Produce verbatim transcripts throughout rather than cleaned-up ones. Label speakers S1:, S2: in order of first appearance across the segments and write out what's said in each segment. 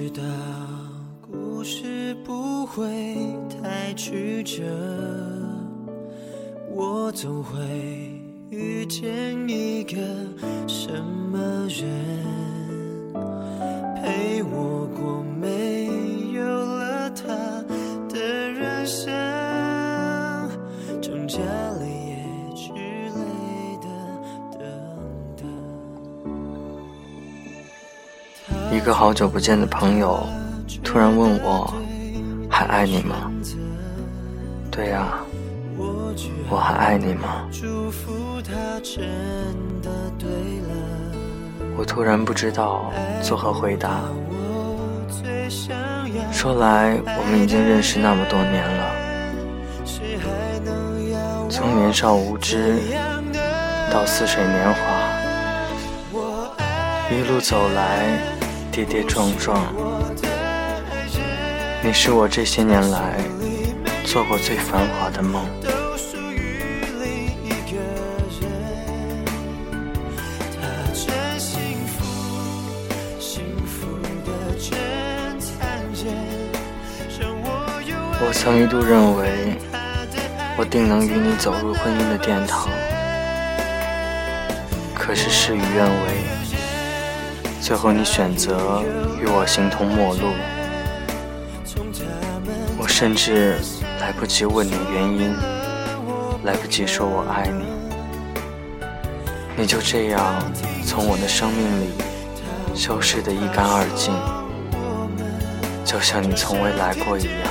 S1: 知道故事不会太曲折，我总会遇见一个什么人，陪我过没有了他的人生，成家立业之类的等等。
S2: 一个好久不见的朋友突然问我还爱你吗？对呀，我还爱你吗？我突然不知道作何回答。说来我们已经认识那么多年了，从年少无知到似水年华，一路走来跌跌撞撞，你是我这些年来做过最繁华的梦。我曾一度认为我定能与你走入婚姻的殿堂，可是事与愿违，最后你选择与我形同陌路。我甚至来不及问你原因，来不及说我爱你，你就这样从我的生命里消失得一干二净，就像你从未来过一样。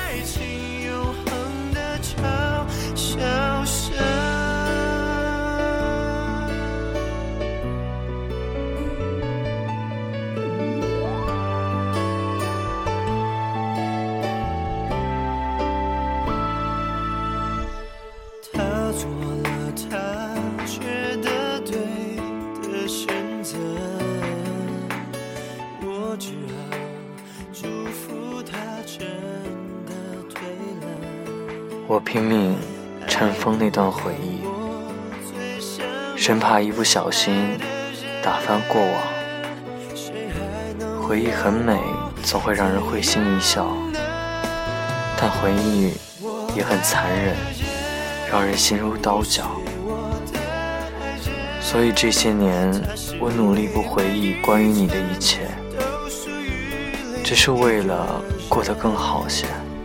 S2: 我拼命尘封那段回忆，生怕一不小心打翻过往。回忆很美，总会让人会心一笑，但回忆也很残忍，让人心如刀绞。所以这些年我努力不回忆关于你的一切，只是为了过得更好些。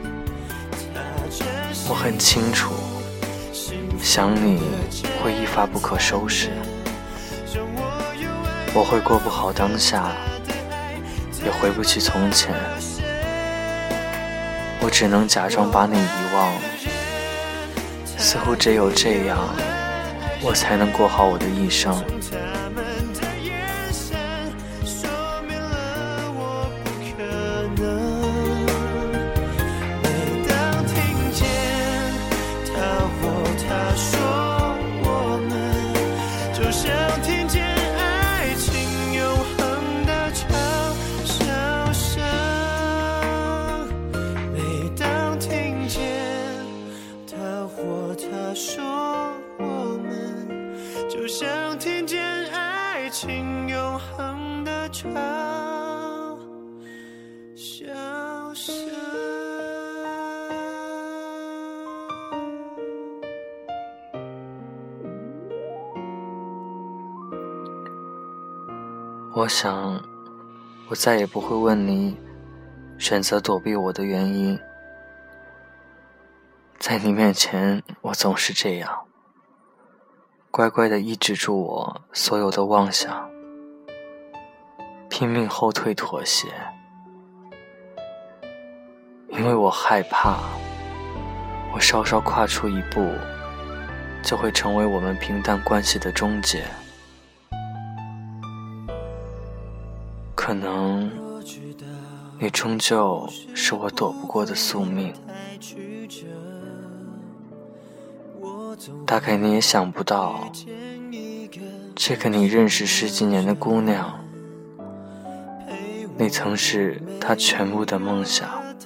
S2: 我很清楚，想你会一发不可收拾，我会过不好当下，也回不去从前。我只能假装把你遗忘，似乎只有这样，我才能过好我的一生。
S1: 就像听见爱情永恒的嘲笑声。
S2: 我想我再也不会问你选择躲避我的原因，在你面前我总是这样乖乖地抑制住我所有的妄想，拼命后退妥协，因为我害怕我稍稍跨出一步就会成为我们平淡关系的终结。可能你终究是我躲不过的宿命，大概你也想不到，这个你认识十几年的姑娘，你曾是她全部的梦想。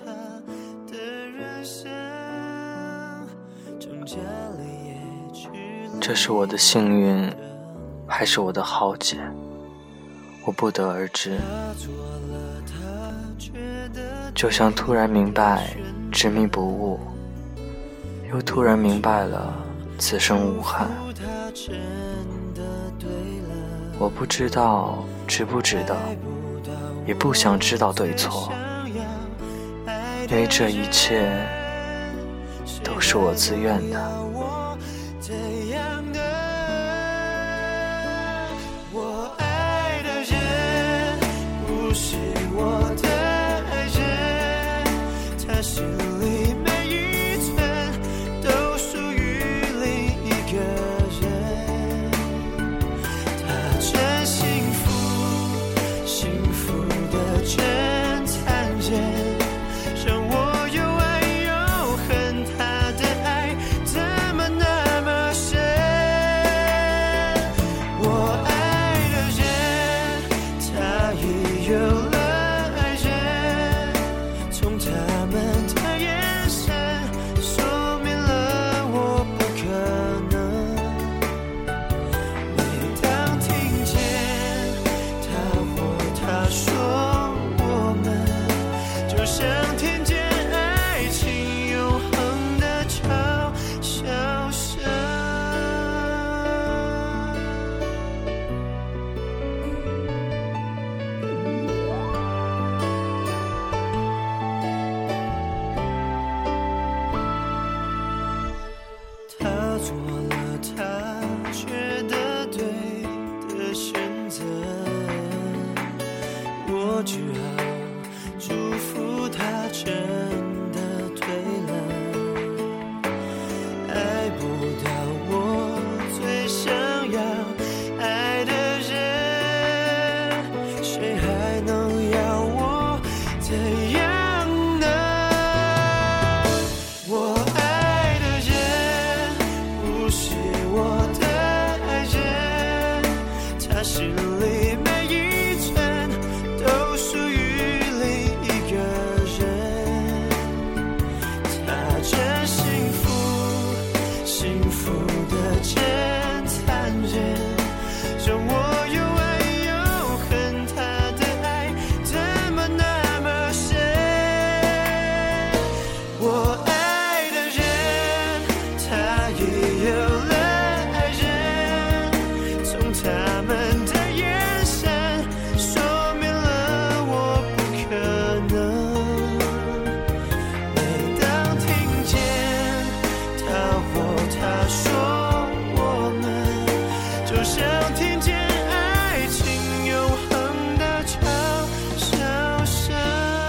S2: 这是我的幸运，还是我的浩劫？我不得而知。 就像突然明白执迷不悟，又突然明白了此生无憾。我不知道值不值得，也不想知道对错，因为这一切都是我自愿的。
S1: 我爱的人不是我的爱人，他心里每一寸都属于另一个人。他真幸福，幸福的真残忍，让我又爱又恨。他的爱怎么那么深？我爱的人，他也有了爱人，从他们的眼神说明了我不可能。每当听见他或她说我们，就像听见爱情永恒的嘲笑声。他做了他觉得对的选择，我只好祝福他真的对了。爱不到我最想要爱的人，谁还能要我怎样呢？我爱的人不是我的爱人，他心里每一寸都属于另一个人。他真幸福，幸福的真残忍，让我又爱又恨。他的爱怎么那么深？我爱的人，他也有了爱人，从他们的眼神说明了我不可能。每当听见他或她说我们，就像听见爱情永恒的嘲笑声。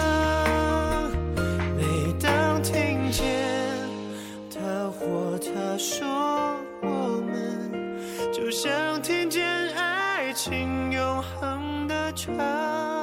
S1: 每当听见他或她说我们，就像听见爱情永恒的嘲